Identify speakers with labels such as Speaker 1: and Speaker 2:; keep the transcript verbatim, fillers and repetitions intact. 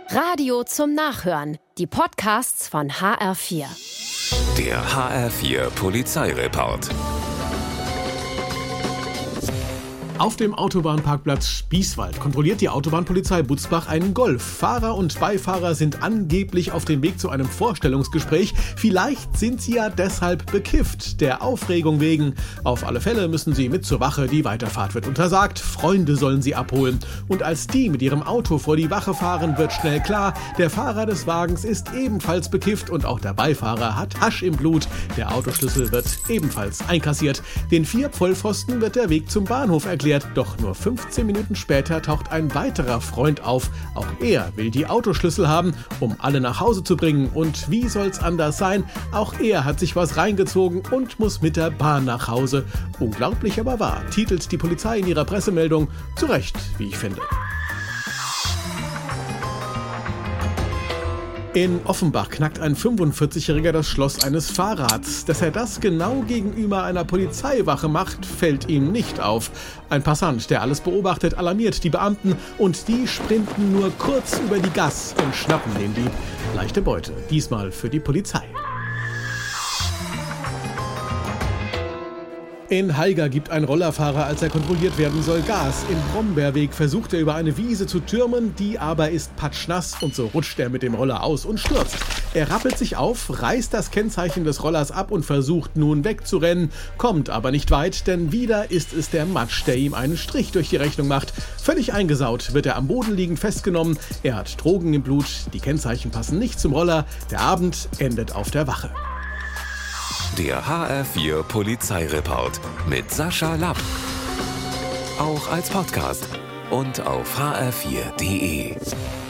Speaker 1: Radio zum Nachhören. Die Podcasts von H R vier.
Speaker 2: Der H R vier Polizeireport.
Speaker 3: Auf dem Autobahnparkplatz Spießwald kontrolliert die Autobahnpolizei Butzbach einen Golf. Fahrer und Beifahrer sind angeblich auf dem Weg zu einem Vorstellungsgespräch. Vielleicht sind sie ja deshalb bekifft, der Aufregung wegen. Auf alle Fälle müssen sie mit zur Wache, die Weiterfahrt wird untersagt. Freunde sollen sie abholen. Und als die mit ihrem Auto vor die Wache fahren, wird schnell klar, der Fahrer des Wagens ist ebenfalls bekifft und auch der Beifahrer hat Hasch im Blut. Der Autoschlüssel wird ebenfalls einkassiert. Den vier Vollpfosten wird der Weg zum Bahnhof erklärt. Doch nur fünfzehn Minuten später taucht ein weiterer Freund auf. Auch er will die Autoschlüssel haben, um alle nach Hause zu bringen. Und wie soll's anders sein? Auch er hat sich was reingezogen und muss mit der Bahn nach Hause. Unglaublich aber wahr, titelt die Polizei in ihrer Pressemeldung. Zu Recht, wie ich finde. In Offenbach knackt ein fünfundvierzigjähriger das Schloss eines Fahrrads. Dass er das genau gegenüber einer Polizeiwache macht, fällt ihm nicht auf. Ein Passant, der alles beobachtet, alarmiert die Beamten und die sprinten nur kurz über die Gasse und schnappen den Dieb. Leichte Beute, diesmal für die Polizei. In Haiger gibt ein Rollerfahrer, als er kontrolliert werden soll, Gas. Im Brombeerweg versucht er über eine Wiese zu türmen, die aber ist patschnass und so rutscht er mit dem Roller aus und stürzt. Er rappelt sich auf, reißt das Kennzeichen des Rollers ab und versucht nun wegzurennen, kommt aber nicht weit, denn wieder ist es der Matsch, der ihm einen Strich durch die Rechnung macht. Völlig eingesaut wird er am Boden liegend festgenommen, er hat Drogen im Blut, die Kennzeichen passen nicht zum Roller, der Abend endet auf der Wache.
Speaker 2: Der H R vier Polizeireport mit Sascha Lapp. Auch als Podcast und auf h r vier punkt d e.